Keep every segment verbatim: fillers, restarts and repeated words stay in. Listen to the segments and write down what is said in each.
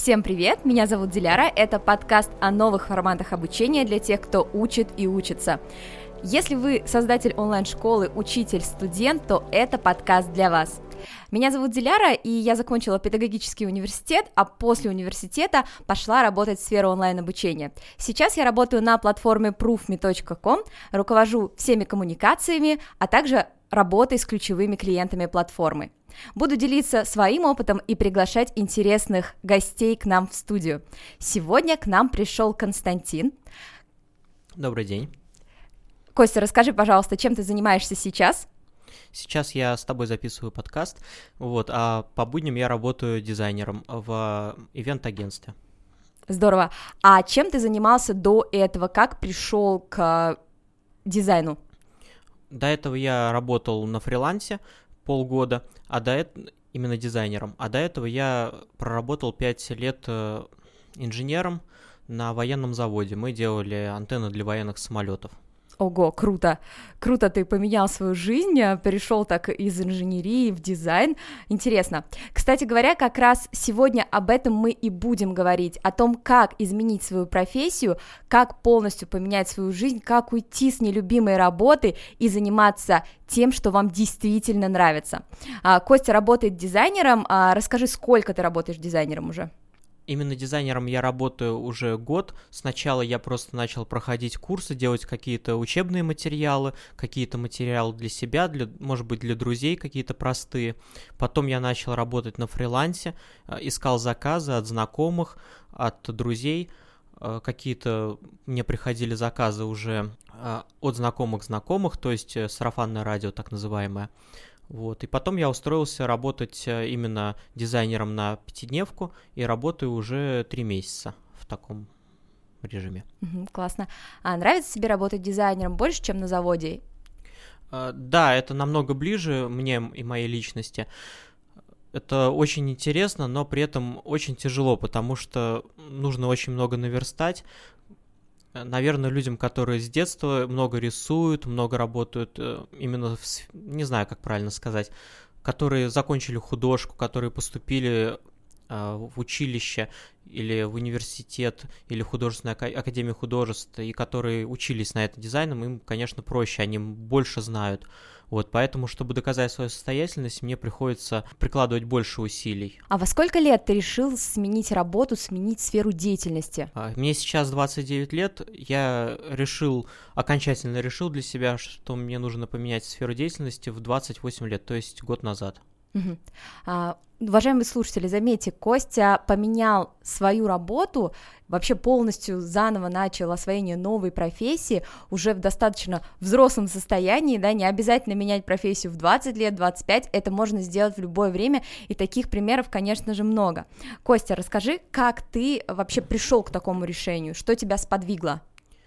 Всем привет, меня зовут Диляра, это подкаст о новых форматах обучения для тех, кто учит и учится. Если вы создатель онлайн-школы, учитель, студент, то это подкаст для вас. Меня зовут Диляра, и я закончила педагогический университет, а после университета пошла работать в сферу онлайн-обучения. Сейчас я работаю на платформе пруфми точка ком, руковожу всеми коммуникациями, а также работой с ключевыми клиентами платформы. Буду делиться своим опытом и приглашать интересных гостей к нам в студию. Сегодня к нам пришел Константин. Добрый день. Костя, расскажи, пожалуйста, чем ты занимаешься сейчас? Сейчас я с тобой записываю подкаст, вот, а по будням я работаю дизайнером в ивент-агентстве. Здорово. А чем ты занимался до этого? Как пришел к дизайну? До этого я работал на фрилансе полгода, а до этого именно дизайнером, а до этого я проработал пять лет инженером на военном заводе. Мы делали антенны для военных самолетов. Ого, круто, круто ты поменял свою жизнь, перешел так из инженерии в дизайн, интересно. Кстати говоря, как раз сегодня об этом мы и будем говорить, о том, как изменить свою профессию, как полностью поменять свою жизнь, как уйти с нелюбимой работы и заниматься тем, что вам действительно нравится. Костя работает дизайнером, расскажи, сколько ты работаешь дизайнером уже? Именно дизайнером я работаю уже год. Сначала я просто начал проходить курсы, делать какие-то учебные материалы, какие-то материалы для себя, для, может быть, для друзей какие-то простые. Потом я начал работать на фрилансе, искал заказы от знакомых, от друзей. Какие-то мне приходили заказы уже от знакомых знакомых, то есть сарафанное радио так называемое. Вот. И потом я устроился работать именно дизайнером на пятидневку и работаю уже три месяца в таком режиме. Угу, классно. А нравится тебе работать дизайнером больше, чем на заводе? А, да, это намного ближе мне и моей личности. Это очень интересно, но при этом очень тяжело, потому что нужно очень много наверстать. Наверное, людям, которые с детства много рисуют, много работают именно, в, не знаю, как правильно сказать, которые закончили художку, которые поступили в училище или в университет, или в художественную академию художеств, и которые учились на это дизайном, им, конечно, проще, они больше знают. Вот, поэтому, чтобы доказать свою состоятельность, мне приходится прикладывать больше усилий. А во сколько лет ты решил сменить работу, сменить сферу деятельности? Мне сейчас двадцать девять лет, я решил, окончательно решил для себя, что мне нужно поменять сферу деятельности в двадцать восемь лет, то есть год назад. Угу. А, уважаемые слушатели, заметьте, Костя поменял свою работу, вообще полностью заново начал освоение новой профессии уже в достаточно взрослом состоянии, да, не обязательно менять профессию в двадцать лет, двадцать пять, это можно сделать в любое время, и таких примеров, конечно же, много. Костя, расскажи, как ты вообще пришел к такому решению, что тебя сподвигло?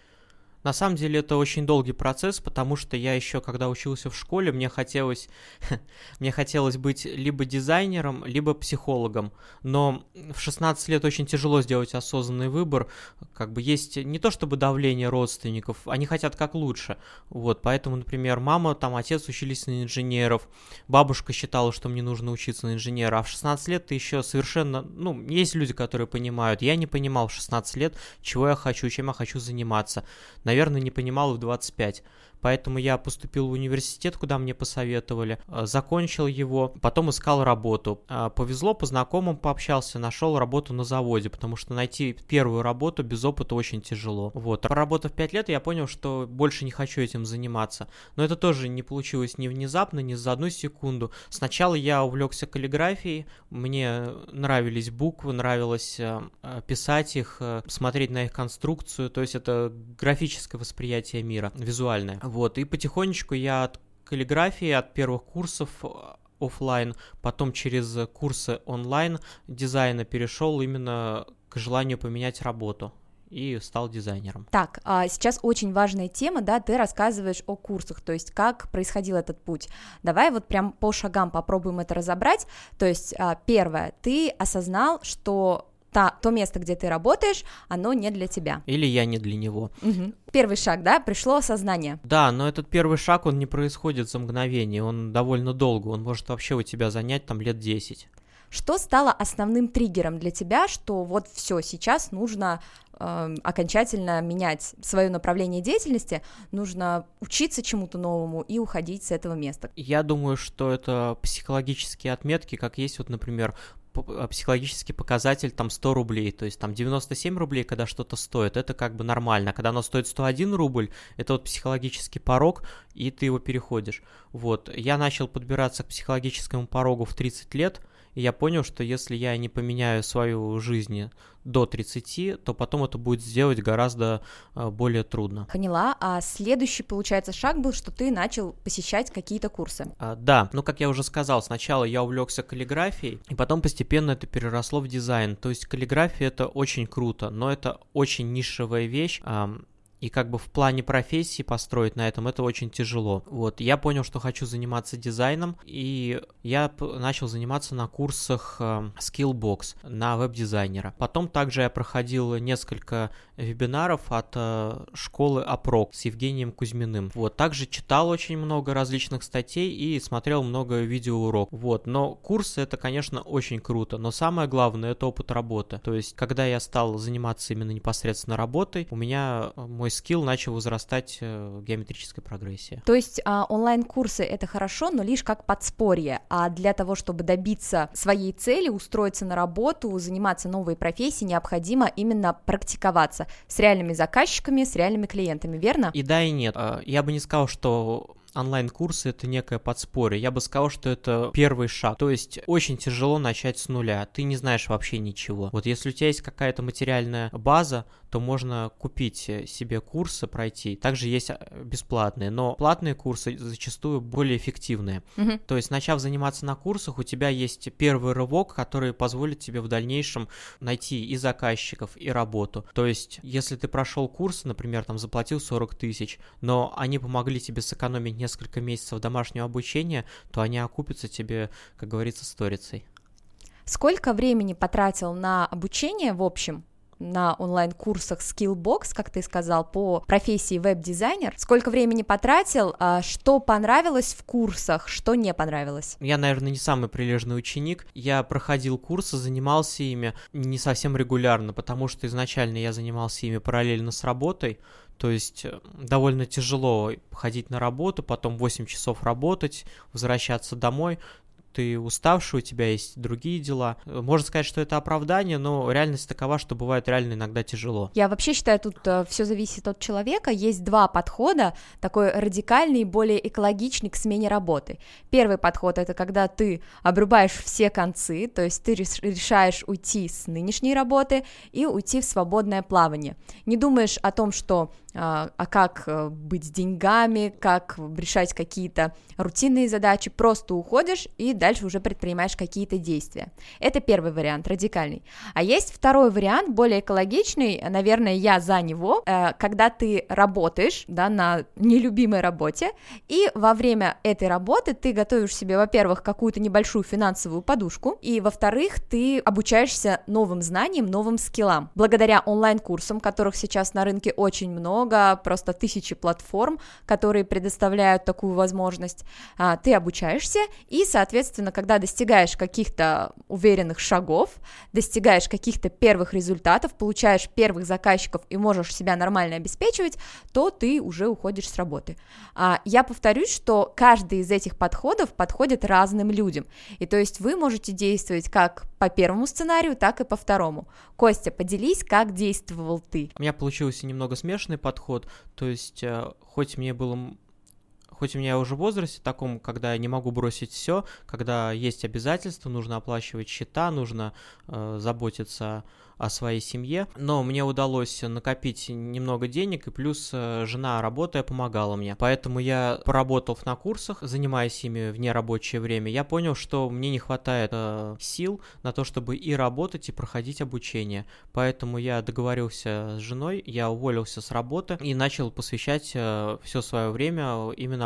На самом деле это очень долгий процесс, потому что я еще, когда учился в школе, мне хотелось, мне хотелось быть либо дизайнером, либо психологом, но в шестнадцать лет очень тяжело сделать осознанный выбор, как бы есть не то чтобы давление родственников, они хотят как лучше, вот, поэтому, например, мама, там, отец учились на инженеров, бабушка считала, что мне нужно учиться на инженера, а в шестнадцать лет ты еще совершенно, ну, есть люди, которые понимают, я не понимал в шестнадцать лет, чего я хочу, чем я хочу заниматься. Наверное, не понимал в двадцать пять. Поэтому я поступил в университет, куда мне посоветовали, закончил его, потом искал работу. Повезло, по знакомым пообщался, нашел работу на заводе, потому что найти первую работу без опыта очень тяжело. Вот. Проработав пять лет, я понял, что больше не хочу этим заниматься. Но это тоже не получилось ни внезапно, ни за одну секунду. Сначала я увлекся каллиграфией, мне нравились буквы, нравилось писать их, смотреть на их конструкцию, то есть это графическое восприятие мира, визуальное. Вот, и потихонечку я от каллиграфии, от первых курсов офлайн, потом через курсы онлайн дизайна перешел именно к желанию поменять работу и стал дизайнером. Так, а сейчас очень важная тема, да, ты рассказываешь о курсах, то есть как происходил этот путь. Давай вот прям по шагам попробуем это разобрать. То есть первое, ты осознал, что Та, то место, где ты работаешь, оно не для тебя. Или я не для него. Угу. Первый шаг, да, пришло осознание. Да, но этот первый шаг, он не происходит за мгновение, он довольно долго, он может вообще у тебя занять там лет десять. Что стало основным триггером для тебя, что вот все, сейчас нужно э, окончательно менять свое направление деятельности, нужно учиться чему-то новому и уходить с этого места? Я думаю, что это психологические отметки, как есть вот, например, психологический показатель там сто рублей, то есть там девяносто семь рублей, когда что-то стоит, это как бы нормально, когда оно стоит сто один рубль, это вот психологический порог, и ты его переходишь. Вот, я начал подбираться к психологическому порогу в тридцать лет, и я понял, что если я не поменяю свою жизнь до тридцати, то потом это будет сделать гораздо более трудно. Поняла. А следующий, получается, шаг был, что ты начал посещать какие-то курсы. А, да, ну, как я уже сказал, сначала я увлекся каллиграфией, и потом постепенно это переросло в дизайн. То есть каллиграфия — это очень круто, но это очень нишевая вещь, и как бы в плане профессии построить на этом это очень тяжело. Вот, я понял, что хочу заниматься дизайном, и я п- начал заниматься на курсах э, Skillbox на веб-дизайнера. Потом также я проходил несколько вебинаров от э, школы Апрок с Евгением Кузьминым. Вот, также читал очень много различных статей и смотрел много видеоуроков. Вот, но курсы — это, конечно, очень круто, но самое главное — это опыт работы. То есть, когда я стал заниматься именно непосредственно работой, у меня мой скилл начал возрастать э, в геометрической прогрессии. То есть а, онлайн-курсы — это хорошо, но лишь как подспорье, а для того, чтобы добиться своей цели, устроиться на работу, заниматься новой профессией, необходимо именно практиковаться с реальными заказчиками, с реальными клиентами, верно? И да, и нет. Я бы не сказал, что онлайн-курсы — это некое подспорье. Я бы сказал, что это первый шаг. То есть очень тяжело начать с нуля. Ты не знаешь вообще ничего. Вот если у тебя есть какая-то материальная база, то можно купить себе курсы, пройти. Также есть бесплатные, но платные курсы зачастую более эффективные. Mm-hmm. То есть, начав заниматься на курсах, у тебя есть первый рывок, который позволит тебе в дальнейшем найти и заказчиков, и работу. То есть, если ты прошел курс, например, там заплатил сорок тысяч, но они помогли тебе сэкономить несколько месяцев домашнего обучения, то они окупятся тебе, как говорится, сторицей. Сколько времени потратил на обучение в общем на онлайн-курсах Skillbox, как ты сказал, по профессии веб-дизайнер? Сколько времени потратил, что понравилось в курсах, что не понравилось? Я, наверное, не самый прилежный ученик. Я проходил курсы, занимался ими не совсем регулярно, потому что изначально я занимался ими параллельно с работой. То есть довольно тяжело ходить на работу, потом восемь часов работать, возвращаться домой. Ты уставший, у тебя есть другие дела. Можно сказать, что это оправдание, но реальность такова, что бывает реально иногда тяжело. Я вообще считаю, тут э, все зависит от человека. Есть два подхода, такой радикальный и более экологичный к смене работы. Первый подход — это когда ты обрубаешь все концы, то есть ты решаешь уйти с нынешней работы и уйти в свободное плавание. Не думаешь о том, что а, а как быть с деньгами, как решать какие-то рутинные задачи, просто уходишь и дальше уже предпринимаешь какие-то действия. Это первый вариант, радикальный. А есть второй вариант, более экологичный, наверное, я за него, когда ты работаешь, да, на нелюбимой работе, и во время этой работы ты готовишь себе, во-первых, какую-то небольшую финансовую подушку, и, во-вторых, ты обучаешься новым знаниям, новым скиллам. Благодаря онлайн-курсам, которых сейчас на рынке очень много, просто тысячи платформ, которые предоставляют такую возможность, ты обучаешься, и, соответственно, когда достигаешь каких-то уверенных шагов, достигаешь каких-то первых результатов, получаешь первых заказчиков и можешь себя нормально обеспечивать, то ты уже уходишь с работы. Я повторюсь, что каждый из этих подходов подходит разным людям, и то есть вы можете действовать как по первому сценарию, так и по второму. Костя, поделись, как действовал ты. У меня получился немного смешанный подход, то есть хоть мне было... Хоть у меня уже в возрасте таком, когда я не могу бросить все, когда есть обязательства, нужно оплачивать счета, нужно э, заботиться о своей семье, но мне удалось накопить немного денег, и плюс э, жена, работая, помогала мне. Поэтому я, поработав на курсах, занимаясь ими в нерабочее время, я понял, что мне не хватает э, сил на то, чтобы и работать, и проходить обучение. Поэтому я договорился с женой, я уволился с работы и начал посвящать э, все свое время именно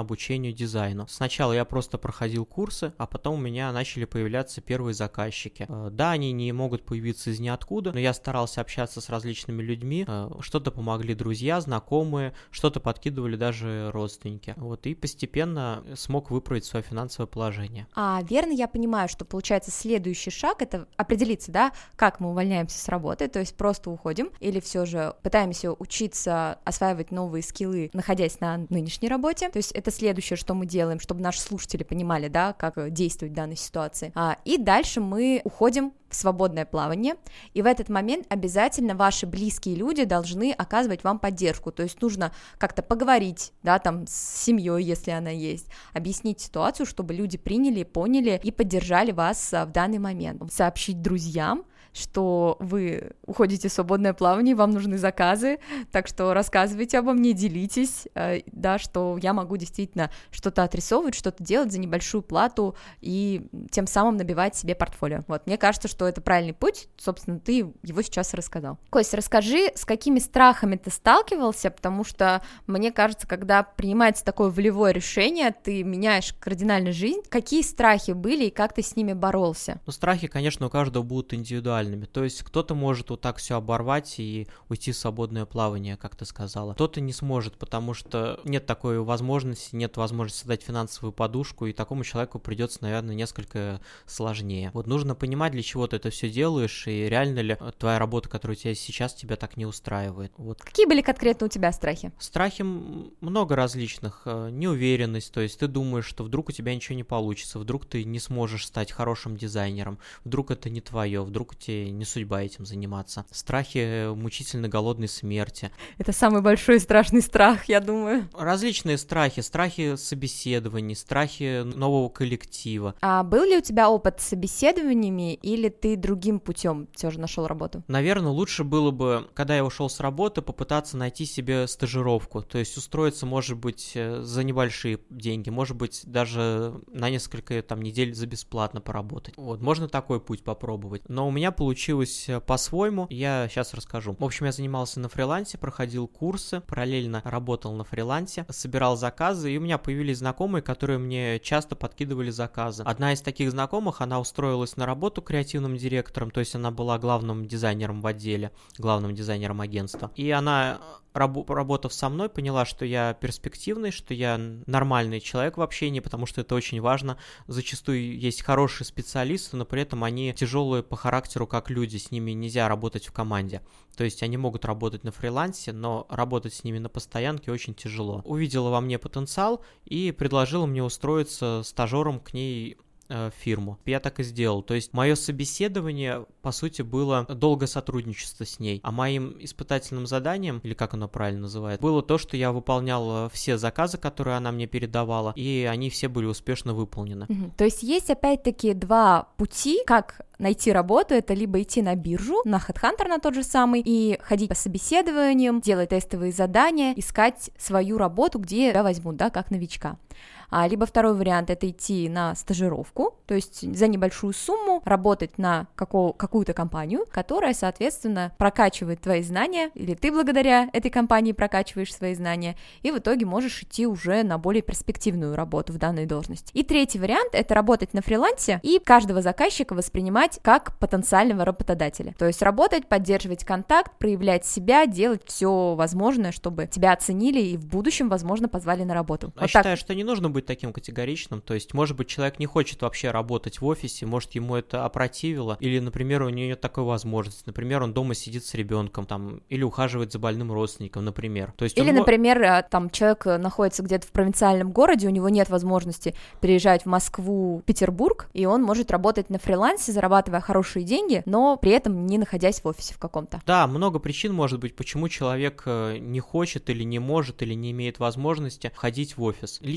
обучению дизайну. Сначала я просто проходил курсы, а потом у меня начали появляться первые заказчики. Да, они не могут появиться из ниоткуда, но я старался общаться с различными людьми, что-то помогли друзья, знакомые, что-то подкидывали даже родственники. Вот, и постепенно смог выправить свое финансовое положение. А верно я понимаю, что получается следующий шаг — это определиться, да, как мы увольняемся с работы, то есть просто уходим, или все же пытаемся учиться осваивать новые скиллы, находясь на нынешней работе. То есть это следующее, что мы делаем, чтобы наши слушатели понимали, да, как действовать в данной ситуации. А, и дальше мы уходим в свободное плавание, и в этот момент обязательно ваши близкие люди должны оказывать вам поддержку, то есть нужно как-то поговорить, да, там, с семьей, если она есть, объяснить ситуацию, чтобы люди приняли, поняли и поддержали вас в данный момент, сообщить друзьям, что вы уходите в свободное плавание, вам нужны заказы, так что рассказывайте обо мне, делитесь, да, что я могу действительно что-то отрисовывать, что-то делать за небольшую плату и тем самым набивать себе портфолио. Вот, мне кажется, что это правильный путь, собственно, ты его сейчас рассказал. Кость, расскажи, с какими страхами ты сталкивался, потому что, мне кажется, когда принимается такое волевое решение, ты меняешь кардинально жизнь, какие страхи были и как ты с ними боролся? Ну, страхи, конечно, у каждого будут индивидуальны. То есть кто-то может вот так все оборвать и уйти в свободное плавание, как ты сказала. Кто-то не сможет, потому что нет такой возможности, нет возможности создать финансовую подушку, и такому человеку придется, наверное, несколько сложнее. Вот нужно понимать, для чего ты это все делаешь, и реально ли твоя работа, которая у тебя сейчас, тебя так не устраивает. Вот. Какие были конкретно у тебя страхи? Страхи много различных. Неуверенность, то есть ты думаешь, что вдруг у тебя ничего не получится, вдруг ты не сможешь стать хорошим дизайнером, вдруг это не твое, вдруг тебе не судьба этим заниматься. Страхи мучительно голодной смерти. Это самый большой и страшный страх, я думаю. Различные страхи. Страхи собеседований, страхи нового коллектива. А был ли у тебя опыт с собеседованиями, или ты другим путем все же нашел работу? Наверное, лучше было бы, когда я ушел с работы, попытаться найти себе стажировку. То есть устроиться, может быть, за небольшие деньги, может быть, даже на несколько там недель за бесплатно поработать. Вот, можно такой путь попробовать. Но у меня получилось по-своему, я сейчас расскажу. В общем, я занимался на фрилансе, проходил курсы, параллельно работал на фрилансе, собирал заказы, и у меня появились знакомые, которые мне часто подкидывали заказы. Одна из таких знакомых, она устроилась на работу креативным директором, то есть она была главным дизайнером в отделе, главным дизайнером агентства. И она, раб- работав со мной, поняла, что я перспективный, что я нормальный человек в общении, потому что это очень важно. Зачастую есть хорошие специалисты, но при этом они тяжелые по характеру как люди, с ними нельзя работать в команде. То есть они могут работать на фрилансе, но работать с ними на постоянке очень тяжело. Увидела во мне потенциал и предложила мне устроиться стажером к ней в фирму. Я так и сделал. То есть мое собеседование, по сути, было долгое сотрудничество с ней. А моим испытательным заданием, или как оно правильно называется, было то, что я выполнял все заказы, которые она мне передавала, и они все были успешно выполнены. Угу. То есть есть опять-таки два пути, как найти работу. Это либо идти на биржу, на HeadHunter на тот же самый, и ходить по собеседованиям, делать тестовые задания, искать свою работу, где тебя возьмут, да, как новичка. А, либо второй вариант — это идти на стажировку, то есть за небольшую сумму работать на какого, какую-то компанию, которая, соответственно, прокачивает твои знания, или ты благодаря этой компании прокачиваешь свои знания, и в итоге можешь идти уже на более перспективную работу в данной должности. И третий вариант — это работать на фрилансе и каждого заказчика воспринимать как потенциального работодателя, то есть работать, поддерживать контакт, проявлять себя, делать все возможное, чтобы тебя оценили и в будущем, возможно, позвали на работу. Я вот считаю, так. что не нужно быть таким категоричным, то есть, может быть, человек не хочет вообще работать в офисе, может, ему это опротивило, или, например, у него нет такой возможности, например, он дома сидит с ребенком, там, или ухаживает за больным родственником, например. То есть или, он... например, там человек находится где-то в провинциальном городе, у него нет возможности переезжать в Москву, Петербург, и он может работать на фрилансе, зарабатывая хорошие деньги, но при этом не находясь в офисе в каком-то. Да, много причин может быть, почему человек не хочет или не может, или не имеет возможности ходить в офис. Лично для себя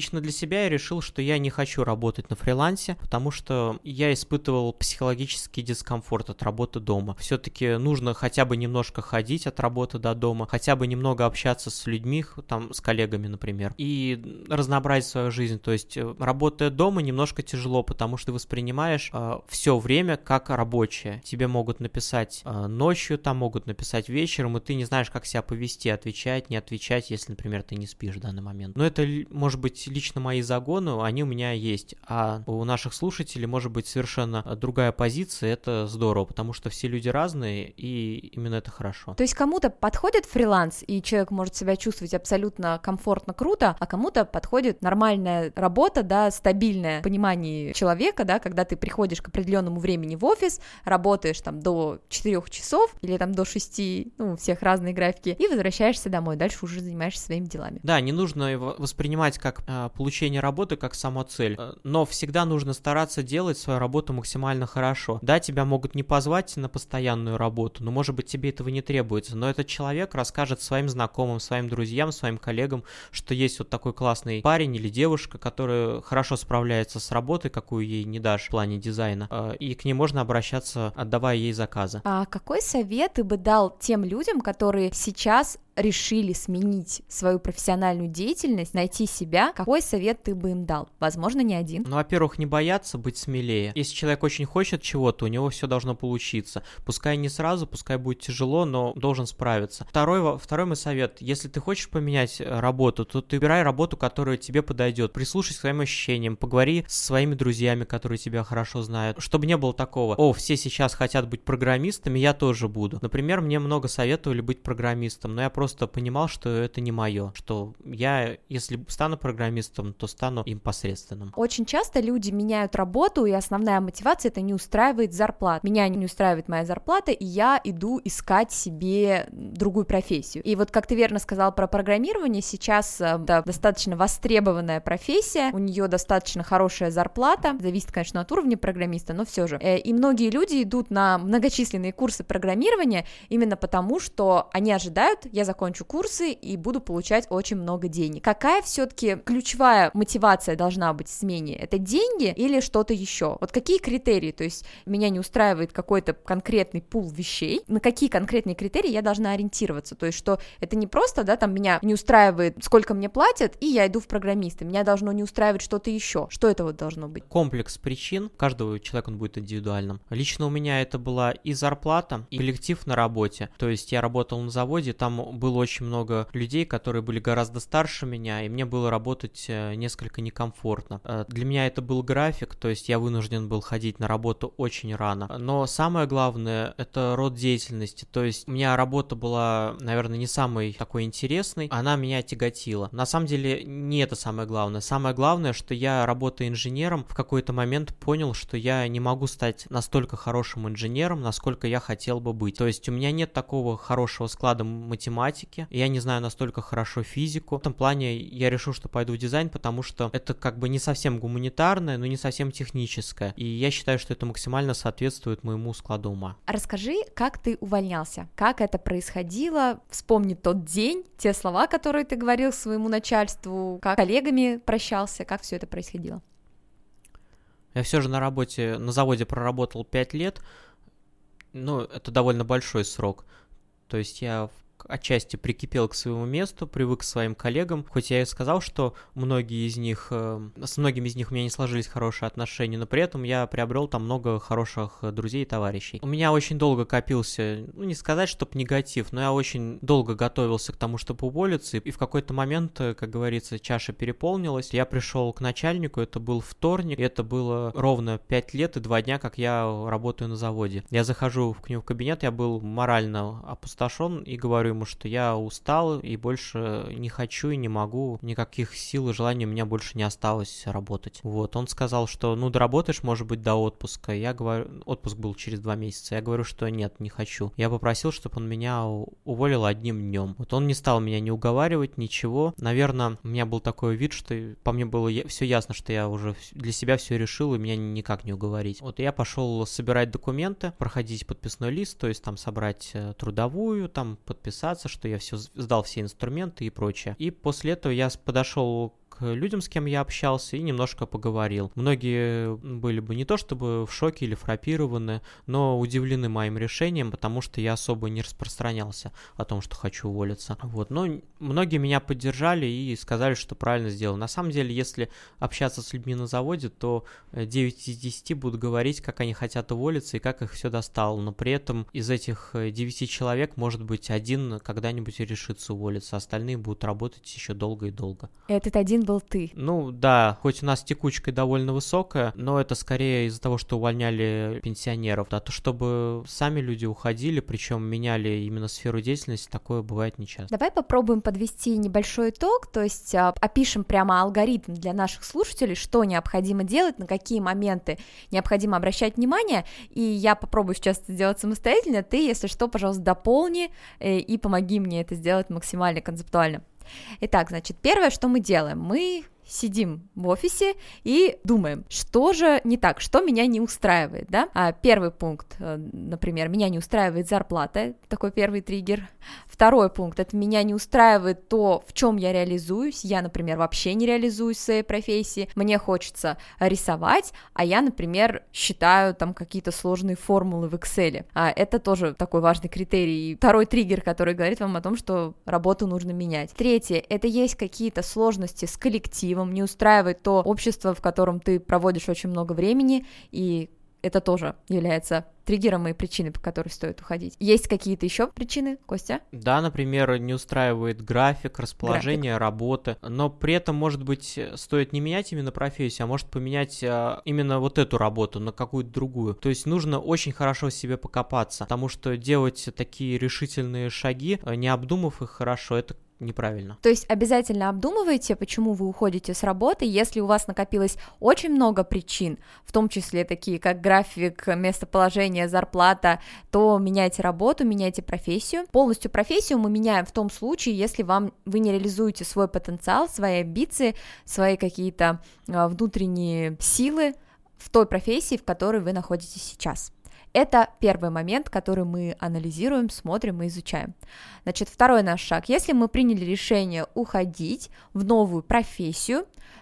себя я решил, что я не хочу работать на фрилансе, потому что я испытывал психологический дискомфорт от работы дома. Все-таки нужно хотя бы немножко ходить от работы до дома, хотя бы немного общаться с людьми, там, с коллегами, например, и разнообразить свою жизнь. То есть, работая дома, немножко тяжело, потому что ты воспринимаешь э, все время как рабочее. Тебе могут написать э, ночью, там могут написать вечером, и ты не знаешь, как себя повести, отвечать, не отвечать, если, например, ты не спишь в данный момент. Но это, может быть, лично мои загоны, они у меня есть, а у наших слушателей может быть совершенно другая позиция, это здорово, потому что все люди разные, и именно это хорошо. То есть кому-то подходит фриланс, и человек может себя чувствовать абсолютно комфортно, круто, а кому-то подходит нормальная работа, да, стабильное понимание человека, да, когда ты приходишь к определенному времени в офис, работаешь там до четырёх часов или там до шести, ну, у всех разные графики, и возвращаешься домой, дальше уже занимаешься своими делами. Да, не нужно воспринимать как э, получение работы как само цель, но всегда нужно стараться делать свою работу максимально хорошо. Да, тебя могут не позвать на постоянную работу, но, может быть, тебе этого не требуется, но этот человек расскажет своим знакомым, своим друзьям, своим коллегам, что есть вот такой классный парень или девушка, который хорошо справляется с работой, какую ей не дашь в плане дизайна, и к ней можно обращаться, отдавая ей заказы. А какой совет ты бы дал тем людям, которые сейчас решили сменить свою профессиональную деятельность, найти себя, какой совет ты бы им дал? Возможно, не один. Ну, во-первых, не бояться, быть смелее. Если человек очень хочет чего-то, у него все должно получиться. Пускай не сразу, пускай будет тяжело, но должен справиться. Второй, второй мой совет. Если ты хочешь поменять работу, то ты выбирай работу, которая тебе подойдет. Прислушайся к своим ощущениям, поговори с своими друзьями, которые тебя хорошо знают. Чтобы не было такого: о, все сейчас хотят быть программистами, я тоже буду. Например, мне много советовали быть программистом, но я просто Просто понимал, что это не мое, что я, если стану программистом, то стану им посредственным. Очень часто люди меняют работу, и основная мотивация — это не устраивает зарплата. Меня не устраивает моя зарплата, и я иду искать себе другую профессию. И вот, как ты верно сказал про программирование, сейчас да, достаточно востребованная профессия, у нее достаточно хорошая зарплата, зависит, конечно, от уровня программиста, но все же. И многие люди идут на многочисленные курсы программирования именно потому, что они ожидают: я закончу закончу курсы и буду получать очень много денег. Какая все-таки ключевая мотивация должна быть в смене? Это деньги или что-то еще? Вот какие критерии? То есть меня не устраивает какой-то конкретный пул вещей, на какие конкретные критерии я должна ориентироваться? То есть что это не просто, да, там меня не устраивает, сколько мне платят, и я иду в программисты. Меня должно не устраивать что-то еще. Что это вот должно быть? Комплекс причин. Каждого человека он будет индивидуальным. Лично у меня это была и зарплата, и коллектив на работе. То есть я работал на заводе, там был было очень много людей, которые были гораздо старше меня, и мне было работать несколько некомфортно. Для меня это был график, то есть я вынужден был ходить на работу очень рано. Но самое главное — это род деятельности, то есть у меня работа была, наверное, не самой такой интересной, она меня тяготила. На самом деле не это самое главное. Самое главное, что я, работая инженером, в какой-то момент понял, что я не могу стать настолько хорошим инженером, насколько я хотел бы быть. То есть у меня нет такого хорошего склада математики, я не знаю настолько хорошо физику. В этом плане я решил, что пойду в дизайн, потому что это как бы не совсем гуманитарное, но не совсем техническое. И я считаю, что это максимально соответствует моему складу ума. Расскажи, как ты увольнялся? Как это происходило? Вспомни тот день, те слова, которые ты говорил своему начальству, как с коллегами прощался, как все это происходило? Я все же на работе, на заводе проработал пять лет. Ну, это довольно большой срок. То есть я отчасти прикипел к своему месту, привык к своим коллегам, хоть я и сказал, что многие из них, э, с многими из них у меня не сложились хорошие отношения, но при этом я приобрел там много хороших друзей и товарищей. У меня очень долго копился, ну не сказать, чтоб негатив, но я очень долго готовился к тому, чтобы уволиться, и в какой-то момент, как говорится, чаша переполнилась, я пришел к начальнику, это был вторник, и это было ровно пять лет и два дня, как я работаю на заводе. Я захожу к нему в кабинет, я был морально опустошен и говорю ему, что я устал и больше не хочу и не могу, никаких сил и желаний у меня больше не осталось работать. Вот, он сказал, что ну доработаешь, может быть, до отпуска. Я говорю, отпуск был через два месяца, я говорю, что нет, не хочу. Я попросил, чтобы он меня уволил одним днем. Вот он не стал меня не уговаривать, ничего. Наверное, у меня был такой вид, что по мне было все ясно, что я уже для себя все решил, и меня никак не уговорить. Вот я пошел собирать документы, проходить подписной лист, то есть там собрать трудовую, там подписаться, что я все сдал все инструменты и прочее. И после этого я подошел к к людям, с кем я общался, и немножко поговорил. Многие были бы не то чтобы в шоке или фрапированы, но удивлены моим решением, потому что я особо не распространялся о том, что хочу уволиться. Вот. Но многие меня поддержали и сказали, что правильно сделал. На самом деле, если общаться с людьми на заводе, то девять из десяти будут говорить, как они хотят уволиться и как их все достало. Но при этом из этих девяти человек, может быть, один когда-нибудь решится уволиться, остальные будут работать еще долго и долго. Этот один был ты. Ну да, хоть у нас текучка довольно высокая, но это скорее из-за того, что увольняли пенсионеров. А то, чтобы сами люди уходили, причем меняли именно сферу деятельности, такое бывает нечасто. Давай попробуем подвести небольшой итог, то есть опишем прямо алгоритм для наших слушателей, что необходимо делать, на какие моменты необходимо обращать внимание, и я попробую сейчас это сделать самостоятельно, ты, если что, пожалуйста, дополни и помоги мне это сделать максимально концептуально. Итак, значит, первое, что мы делаем, мы сидим в офисе и думаем, что же не так, что меня не устраивает, да? А первый пункт, например, меня не устраивает зарплата, такой первый триггер. Второй пункт, это меня не устраивает то, в чем я реализуюсь. Я, например, вообще не реализуюсь в своей профессии. Мне хочется рисовать, а я, например, считаю там какие-то сложные формулы в Excel. А это тоже такой важный критерий. Второй триггер, который говорит вам о том, что работу нужно менять. Третье, это есть какие-то сложности с коллективом, не устраивает то общество, в котором ты проводишь очень много времени, и это тоже является триггером и причиной, по которой стоит уходить. Есть какие-то еще причины, Костя? Да, например, не устраивает график, расположение график. работы, но при этом, может быть, стоит не менять именно профессию, а может поменять а, именно вот эту работу на какую-то другую. То есть нужно очень хорошо в себе покопаться, потому что делать такие решительные шаги, не обдумав их хорошо, это неправильно. То есть обязательно обдумывайте, почему вы уходите с работы. Если у вас накопилось очень много причин, в том числе такие как график, местоположение, зарплата, то меняйте работу, меняйте профессию. Полностью профессию мы меняем в том случае, если вам, вы не реализуете свой потенциал, свои амбиции, свои какие-то а, внутренние силы в той профессии, в которой вы находитесь сейчас. Это первый момент, который мы анализируем, смотрим и изучаем. Значит, второй наш шаг. Если мы приняли решение уходить в новую профессию,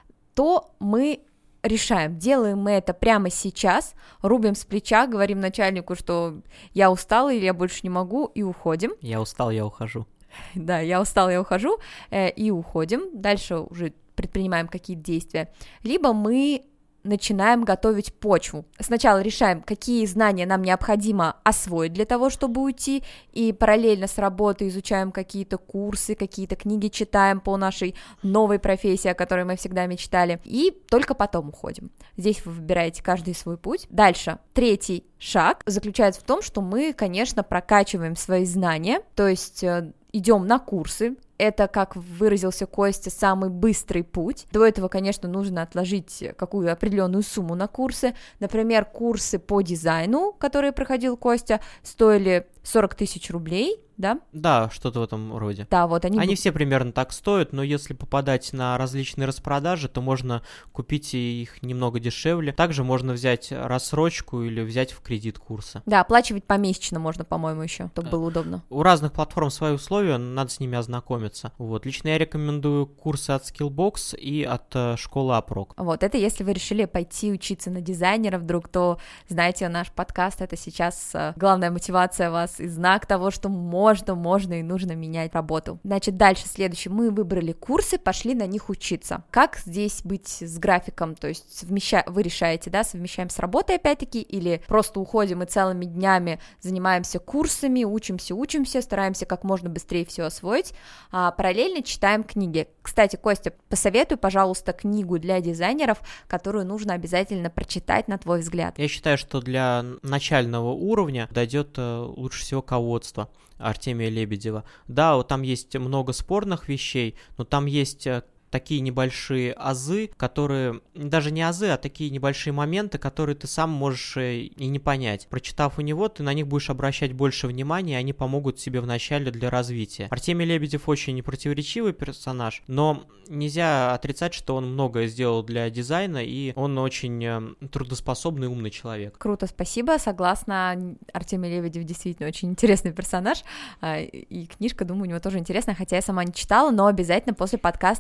то мы решаем, делаем мы это прямо сейчас, рубим с плеча, говорим начальнику, что я устала или я больше не могу, и уходим. Я устал, я ухожу. Да, я устал, я ухожу, э, и уходим. Дальше уже предпринимаем какие-то действия. Либо мы начинаем готовить почву. Сначала решаем, какие знания нам необходимо освоить для того, чтобы уйти, и параллельно с работой изучаем какие-то курсы, какие-то книги читаем по нашей новой профессии, о которой мы всегда мечтали, и только потом уходим. Здесь вы выбираете каждый свой путь. Дальше, третий шаг заключается в том, что мы, конечно, прокачиваем свои знания, то есть идем на курсы. Это, как выразился Костя, самый быстрый путь. До этого, конечно, нужно отложить какую-то определенную сумму на курсы. Например, курсы по дизайну, которые проходил Костя, стоили сорок тысяч рублей, да? Да, что-то в этом роде. Да, вот они... Они все примерно так стоят, но если попадать на различные распродажи, то можно купить их немного дешевле. Также можно взять рассрочку или взять в кредит курсы. Да, оплачивать помесячно можно, по-моему, еще, чтобы было удобно. У разных платформ свои условия, надо с ними ознакомиться. Вот. Лично я рекомендую курсы от Skillbox и от э, школы Aprok. Вот, это если вы решили пойти учиться на дизайнера вдруг, то, знаете, наш подкаст — это сейчас э, главная мотивация вас и знак того, что можно, можно и нужно менять работу. Значит, дальше следующее. Мы выбрали курсы, пошли на них учиться. Как здесь быть с графиком? То есть совмеща... вы решаете, да, совмещаем с работой опять-таки, или просто уходим и целыми днями занимаемся курсами, учимся, учимся, стараемся как можно быстрее все освоить, а параллельно читаем книги. Кстати, Костя, посоветуй, пожалуйста, книгу для дизайнеров, которую нужно обязательно прочитать, на твой взгляд. Я считаю, что для начального уровня дойдет лучше всего «Ководство» Артемия Лебедева. Да, вот там есть много спорных вещей, но там есть такие небольшие азы, которые, даже не азы, а такие небольшие моменты, которые ты сам можешь и не понять. Прочитав у него, ты на них будешь обращать больше внимания, и они помогут тебе в начале для развития. Артемий Лебедев очень противоречивый персонаж, но нельзя отрицать, что он многое сделал для дизайна, и он очень трудоспособный, умный человек. Круто, спасибо, согласна. Артемий Лебедев действительно очень интересный персонаж, и книжка, думаю, у него тоже интересная, хотя я сама не читала, но обязательно после подкаста прочитаю.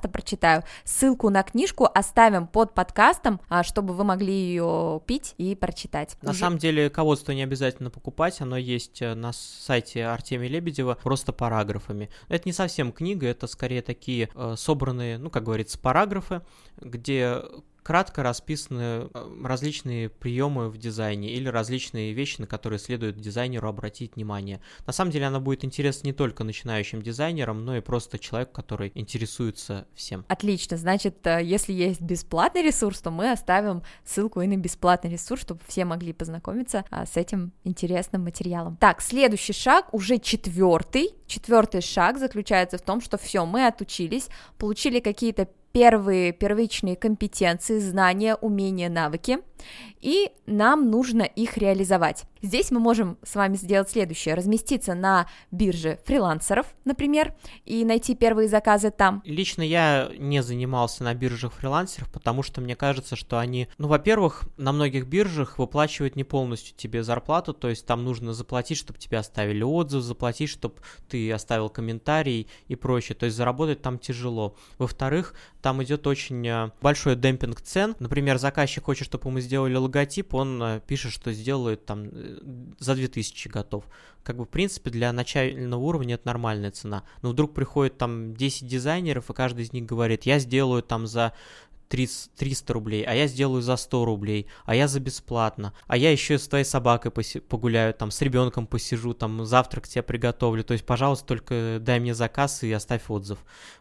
прочитаю. Ссылку на книжку оставим под подкастом, чтобы вы могли ее пить и прочитать. На Уже... самом деле, ководство не обязательно покупать, оно есть на сайте Артемия Лебедева просто параграфами. Это не совсем книга, это скорее такие э, собранные, ну, как говорится, параграфы, где кратко расписаны различные приемы в дизайне или различные вещи, на которые следует дизайнеру обратить внимание. На самом деле она будет интересна не только начинающим дизайнерам, но и просто человеку, который интересуется всем. Отлично, значит, если есть бесплатный ресурс, то мы оставим ссылку и на бесплатный ресурс, чтобы все могли познакомиться с этим интересным материалом. Так, следующий шаг, уже четвертый. Четвертый шаг заключается в том, что все, мы отучились, получили какие-то первые первичные компетенции, знания, умения, навыки, и нам нужно их реализовать. Здесь мы можем с вами сделать следующее: разместиться на бирже фрилансеров, например, и найти первые заказы там. Лично я не занимался на биржах фрилансеров, потому что мне кажется, что они, ну, во-первых, на многих биржах выплачивают не полностью тебе зарплату, то есть там нужно заплатить, чтобы тебе оставили отзыв, заплатить, чтобы ты оставил комментарий и прочее, то есть заработать там тяжело. Во-вторых, там идет очень большой демпинг цен. Например, заказчик хочет, чтобы мы сделали логотип, он пишет, что сделает там за две тысячи готов. Как бы, в принципе, для начального уровня это нормальная цена. Но вдруг приходит там десять дизайнеров, и каждый из них говорит: я сделаю там за триста рублей, а я сделаю за сто рублей, а я за бесплатно, а я еще с твоей собакой поси- погуляю, там, с ребенком посижу, там, завтрак тебе приготовлю. То есть, пожалуйста, только дай мне заказ и оставь отзыв.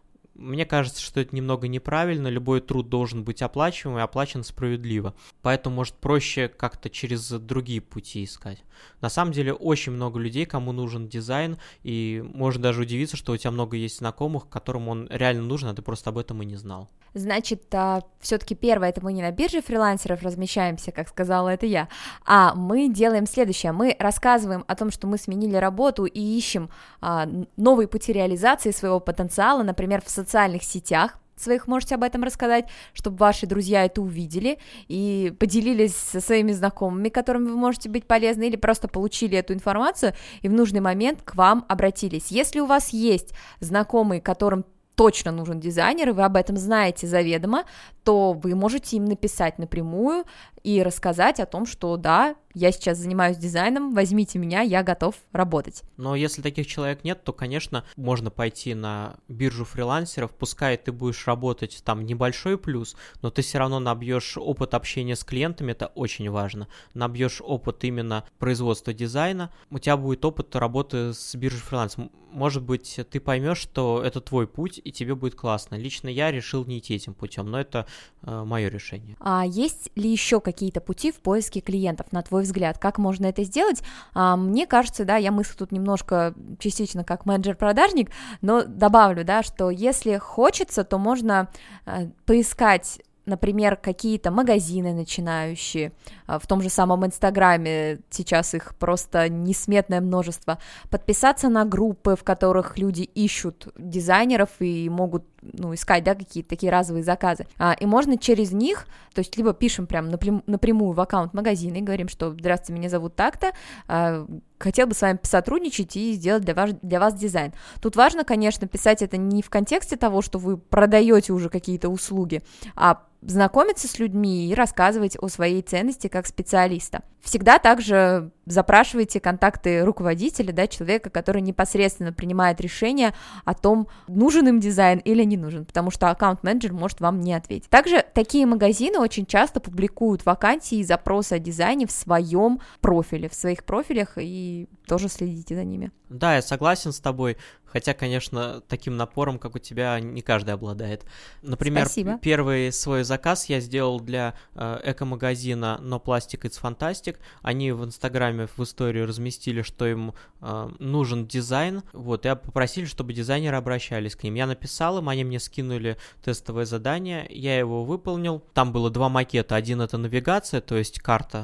Мне кажется, что это немного неправильно, любой труд должен быть оплачиваем и оплачен справедливо, поэтому, может, проще как-то через другие пути искать. На самом деле, очень много людей, кому нужен дизайн, и можно даже удивиться, что у тебя много есть знакомых, которым он реально нужен, а ты просто об этом и не знал. Значит, а, все-таки первое, это мы не на бирже фрилансеров размещаемся, как сказала это я, а мы делаем следующее: мы рассказываем о том, что мы сменили работу и ищем а, новые пути реализации своего потенциала, например, в социальных сетях своих, можете об этом рассказать, чтобы ваши друзья это увидели и поделились со своими знакомыми, которым вы можете быть полезны, или просто получили эту информацию и в нужный момент к вам обратились. Если у вас есть знакомые, которым точно нужен дизайнер, и вы об этом знаете заведомо, то вы можете им написать напрямую и рассказать о том, что да, я сейчас занимаюсь дизайном, возьмите меня, я готов работать. Но если таких человек нет, то, конечно, можно пойти на биржу фрилансеров, пускай ты будешь работать там небольшой плюс, но ты все равно набьешь опыт общения с клиентами, это очень важно, набьешь опыт именно производства дизайна, у тебя будет опыт работы с биржей фрилансеров. Может быть, ты поймешь, что это твой путь, и тебе будет классно. Лично я решил не идти этим путем, но это э, мое решение. А есть ли еще какие-то пути в поиске клиентов, на твой взгляд? Как можно это сделать? А, мне кажется, да, я мыслю тут немножко частично как менеджер-продажник, но добавлю, да, что если хочется, то можно э, поискать, например, какие-то магазины начинающие, в том же самом Инстаграме сейчас их просто несметное множество, подписаться на группы, в которых люди ищут дизайнеров и могут, ну, искать, да, какие-то такие разовые заказы, а, и можно через них, то есть либо пишем прям напрям- напрямую в аккаунт магазина и говорим, что здравствуйте, меня зовут так-то, а, хотел бы с вами сотрудничать и сделать для вас, для вас дизайн. Тут важно, конечно, писать это не в контексте того, что вы продаете уже какие-то услуги, а знакомиться с людьми и рассказывать о своей ценности как специалиста. Всегда также запрашивайте контакты руководителя, да, человека, который непосредственно принимает решение о том, нужен им дизайн или не нужен, потому что аккаунт-менеджер может вам не ответить. Также такие магазины очень часто публикуют вакансии и запросы о дизайне в своем профиле, в своих профилях, и тоже следите за ними. Да, я согласен с тобой, хотя, конечно, таким напором, как у тебя, не каждый обладает. Например, Спасибо. Первый свой заказ я сделал для э, эко-магазина No Plastic It's Fantastic. Они в Инстаграме в историю разместили, что им э, нужен дизайн, вот, и попросили, чтобы дизайнеры обращались к ним. Я написал им, они мне скинули тестовое задание, я его выполнил. Там было два макета, один это навигация, то есть карта,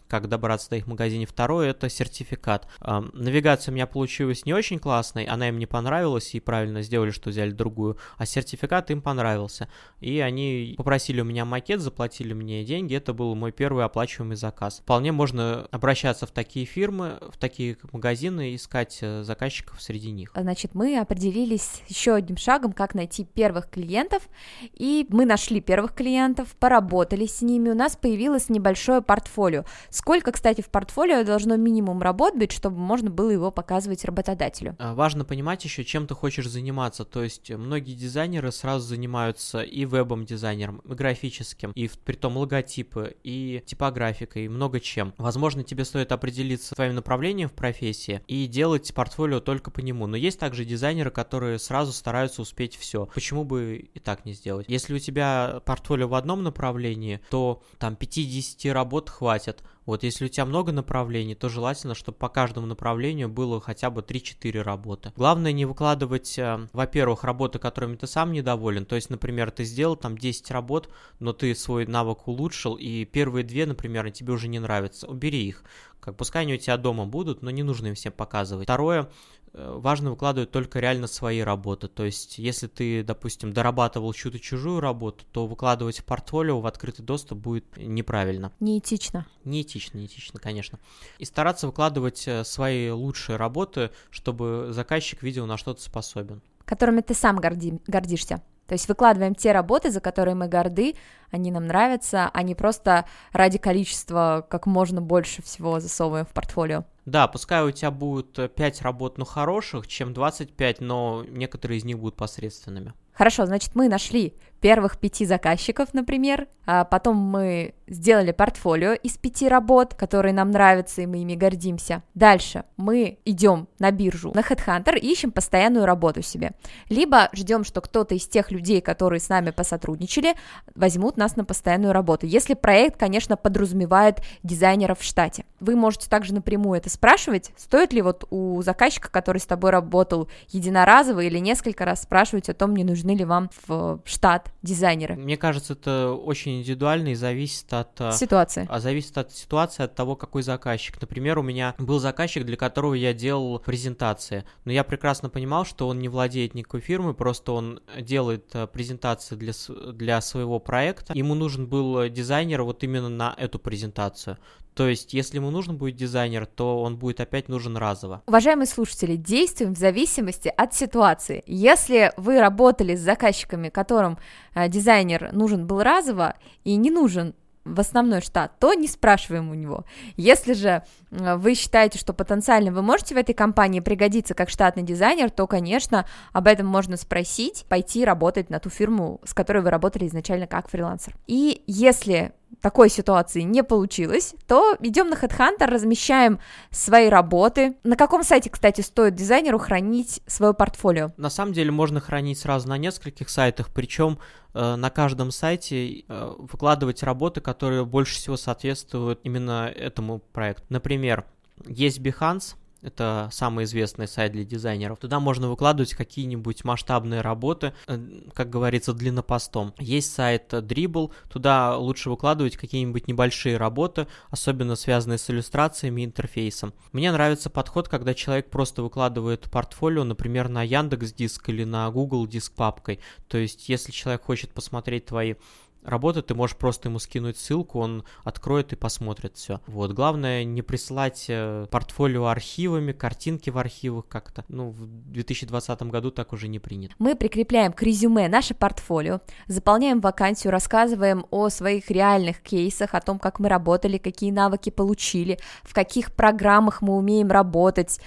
как добраться до их магазина. Второе — это сертификат. Навигация у меня получилась не очень классной, она им не понравилась, и правильно сделали, что взяли другую, а сертификат им понравился. И они попросили у меня макет, заплатили мне деньги, это был мой первый оплачиваемый заказ. Вполне можно обращаться в такие фирмы, в такие магазины, искать заказчиков среди них. Значит, мы определились еще одним шагом, как найти первых клиентов, и мы нашли первых клиентов, поработали с ними, у нас появилось небольшое портфолио. Сколько, кстати, в портфолио должно минимум работ быть, чтобы можно было его показывать работодателю? Важно понимать еще, чем ты хочешь заниматься, то есть многие дизайнеры сразу занимаются и вебом-дизайнером, и графическим, и притом логотипы, и типографикой, и много чем. Возможно, тебе стоит определиться своим направлением в профессии и делать портфолио только по нему, но есть также дизайнеры, которые сразу стараются успеть все. Почему бы и так не сделать? Если у тебя портфолио в одном направлении, то там пятьдесят работ хватит. Вот если у тебя много направлений, то желательно, чтобы по каждому направлению было хотя бы три-четыре работы. Главное не выкладывать, во-первых, работы, которыми ты сам недоволен. То есть, например, ты сделал там десять работ, но ты свой навык улучшил, и первые две, например, тебе уже не нравятся. Убери их. Как, пускай они у тебя дома будут, но не нужно им всем показывать. Второе, важно выкладывать только реально свои работы. То есть, если ты, допустим, дорабатывал чью-то чужую работу, то выкладывать в портфолио в открытый доступ будет неправильно. Неэтично. Неэтично, неэтично, конечно. И стараться выкладывать свои лучшие работы, чтобы заказчик видел, на что ты способен. Которыми ты сам горди... гордишься. То есть выкладываем те работы, за которые мы горды, они нам нравятся, а не просто ради количества как можно больше всего засовываем в портфолио. Да, пускай у тебя будет пять работ, но хороших, чем двадцать пять, но некоторые из них будут посредственными. Хорошо, значит, мы нашли первых пяти заказчиков, например, а потом мы сделали портфолио из пяти работ, которые нам нравятся, и мы ими гордимся. Дальше мы идем на биржу, на HeadHunter, и ищем постоянную работу себе. Либо ждем, что кто-то из тех людей, которые с нами посотрудничали, возьмут нас на постоянную работу, если проект, конечно, подразумевает дизайнеров в штате. Вы можете также напрямую это спрашивать, стоит ли вот у заказчика, который с тобой работал единоразово или несколько раз, спрашивать о том, не нужны ли вам в штат дизайнеры. Мне кажется, это очень индивидуально и зависит от ситуации. А зависит от ситуации, от того, какой заказчик. Например, у меня был заказчик, для которого я делал презентации, но я прекрасно понимал, что он не владеет никакой фирмой, просто он делает презентации для, для своего проекта. Ему нужен был дизайнер вот именно на эту презентацию. То есть, если ему нужен будет дизайнер, то он будет опять нужен разово. Уважаемые слушатели, действуем в зависимости от ситуации. Если вы работали с заказчиками, которым э, дизайнер нужен был разово и не нужен в основной штат, то не спрашиваем у него. Если же э, вы считаете, что потенциально вы можете в этой компании пригодиться как штатный дизайнер, то, конечно, об этом можно спросить, пойти работать на ту фирму, с которой вы работали изначально как фрилансер. И если такой ситуации не получилось, то идем на HeadHunter, размещаем свои работы. На каком сайте, кстати, стоит дизайнеру хранить свое портфолио? На самом деле можно хранить сразу на нескольких сайтах, причем э, на каждом сайте э, выкладывать работы, которые больше всего соответствуют именно этому проекту. Например, есть Behance. Это самый известный сайт для дизайнеров. Туда можно выкладывать какие-нибудь масштабные работы, как говорится, длиннопостом. Есть сайт Dribbble, туда лучше выкладывать какие-нибудь небольшие работы, особенно связанные с иллюстрациями и интерфейсом. Мне нравится подход, когда человек просто выкладывает портфолио, например, на Яндекс.Диск или на Google Диск папкой. То есть, если человек хочет посмотреть твои работы, ты можешь просто ему скинуть ссылку, он откроет и посмотрит все. Вот, главное не присылать портфолио архивами, картинки в архивах как-то. Ну, в две тысячи двадцатом году так уже не принято. Мы прикрепляем к резюме наше портфолио, заполняем вакансию, рассказываем о своих реальных кейсах, о том, как мы работали, какие навыки получили, в каких программах мы умеем работать,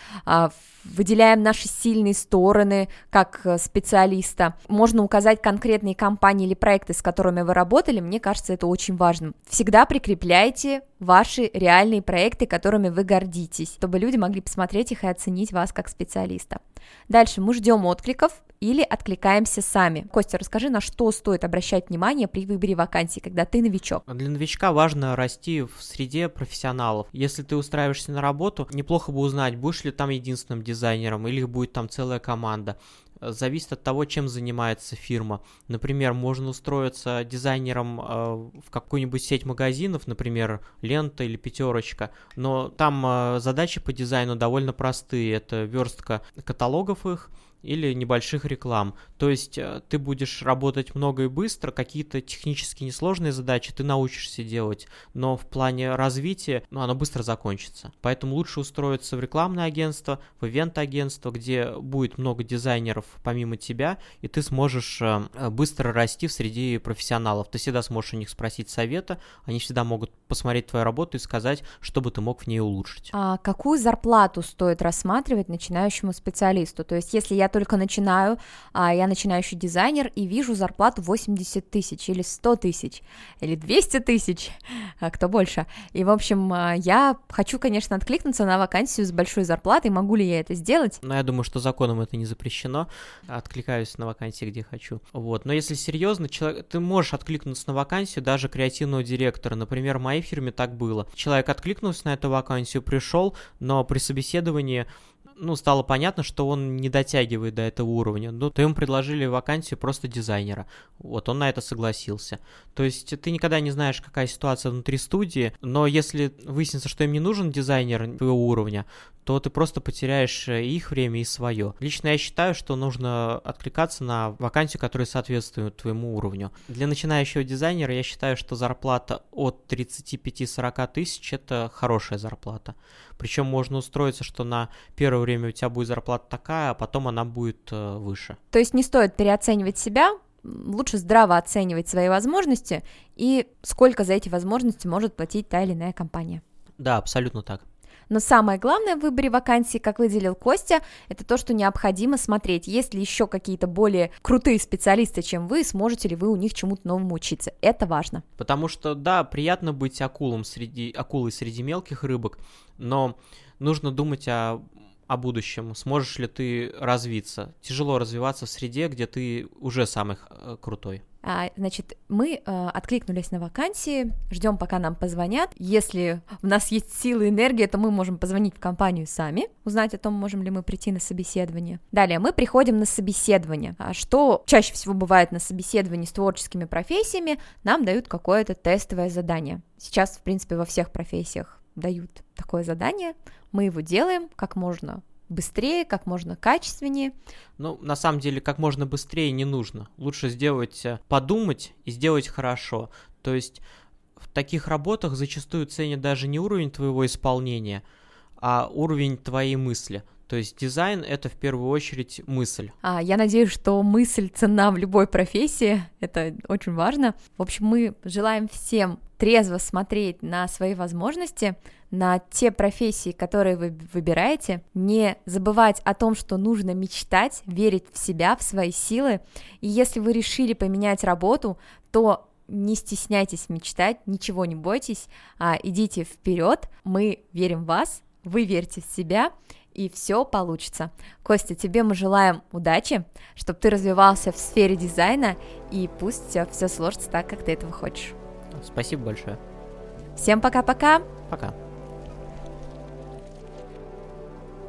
выделяем наши сильные стороны как специалиста. Можно указать конкретные компании или проекты, с которыми вы работали, мне кажется, это очень важно. Всегда прикрепляйте ваши реальные проекты, которыми вы гордитесь, чтобы люди могли посмотреть их и оценить вас как специалиста. Дальше мы ждем откликов или откликаемся сами. Костя, расскажи, на что стоит обращать внимание при выборе вакансий, когда ты новичок? Для новичка важно расти в среде профессионалов. Если ты устраиваешься на работу, неплохо бы узнать, будешь ли там единственным дизайнером или будет там целая команда. зависит от того, чем занимается фирма. Например, можно устроиться дизайнером в какую-нибудь сеть магазинов, например, Лента или Пятерочка, но там задачи по дизайну довольно простые. Это верстка каталогов их или небольших реклам. То есть ты будешь работать много и быстро, какие-то технически несложные задачи ты научишься делать, но в плане развития, ну, оно быстро закончится. Поэтому лучше устроиться в рекламное агентство, в ивент-агентство, где будет много дизайнеров помимо тебя, и ты сможешь быстро расти в среди профессионалов. Ты всегда сможешь у них спросить совета, они всегда могут посмотреть твою работу и сказать, что бы ты мог в ней улучшить. А какую зарплату стоит рассматривать начинающему специалисту? То есть, если я только начинаю, а я начинающий дизайнер и вижу зарплату восемьдесят тысяч или сто тысяч или двести тысяч, а кто больше. И, в общем, я хочу, конечно, откликнуться на вакансию с большой зарплатой, могу ли я это сделать? Но я думаю, что законом это не запрещено, откликаюсь на вакансии, где хочу. Вот. Но если серьезно, человек, ты можешь откликнуться на вакансию даже креативного директора. Например, в моей фирме так было. Человек откликнулся на эту вакансию, пришел, но при собеседовании ну, стало понятно, что он не дотягивает до этого уровня, ну, то ему предложили вакансию просто дизайнера, вот, он на это согласился. То есть ты никогда не знаешь, какая ситуация внутри студии, но если выяснится, что им не нужен дизайнер твоего уровня, то ты просто потеряешь и их время, и свое. Лично я считаю, что нужно откликаться на вакансию, которая соответствует твоему уровню. Для начинающего дизайнера я считаю, что зарплата от тридцати пяти сорока тысяч – это хорошая зарплата. Причем можно устроиться, что на первое время у тебя будет зарплата такая, а потом она будет э, выше. То есть не стоит переоценивать себя, лучше здраво оценивать свои возможности и сколько за эти возможности может платить та или иная компания. Да, абсолютно так. Но самое главное в выборе вакансий, как выделил Костя, это то, что необходимо смотреть, есть ли еще какие-то более крутые специалисты, чем вы, сможете ли вы у них чему-то новому учиться. Это важно. Потому что, да, приятно быть акулом среди, акулой среди мелких рыбок, но нужно думать о, о будущем. Сможешь ли ты развиться? Тяжело развиваться в среде, где ты уже самый крутой. Значит, мы э, откликнулись на вакансии, ждем, пока нам позвонят. Если у нас есть силы и энергия, то мы можем позвонить в компанию сами, узнать о том, можем ли мы прийти на собеседование. Далее мы приходим на собеседование. А что чаще всего бывает на собеседовании с творческими профессиями? Нам дают какое-то тестовое задание. Сейчас, в принципе, во всех профессиях дают такое задание. Мы его делаем как можно быстрее, как можно качественнее. Ну, на самом деле, как можно быстрее не нужно. Лучше сделать, подумать и сделать хорошо. То есть в таких работах зачастую ценят даже не уровень твоего исполнения, а уровень твоей мысли. То есть дизайн — это в первую очередь мысль. А, я надеюсь, что мысль ценна в любой профессии, это очень важно. В общем, мы желаем всем трезво смотреть на свои возможности, на те профессии, которые вы выбираете, не забывать о том, что нужно мечтать, верить в себя, в свои силы, и если вы решили поменять работу, то не стесняйтесь мечтать, ничего не бойтесь, а идите вперед, мы верим в вас, вы верьте в себя, и все получится. Костя, тебе мы желаем удачи, чтобы ты развивался в сфере дизайна, и пусть все сложится так, как ты этого хочешь. Спасибо большое. Всем пока-пока. Пока.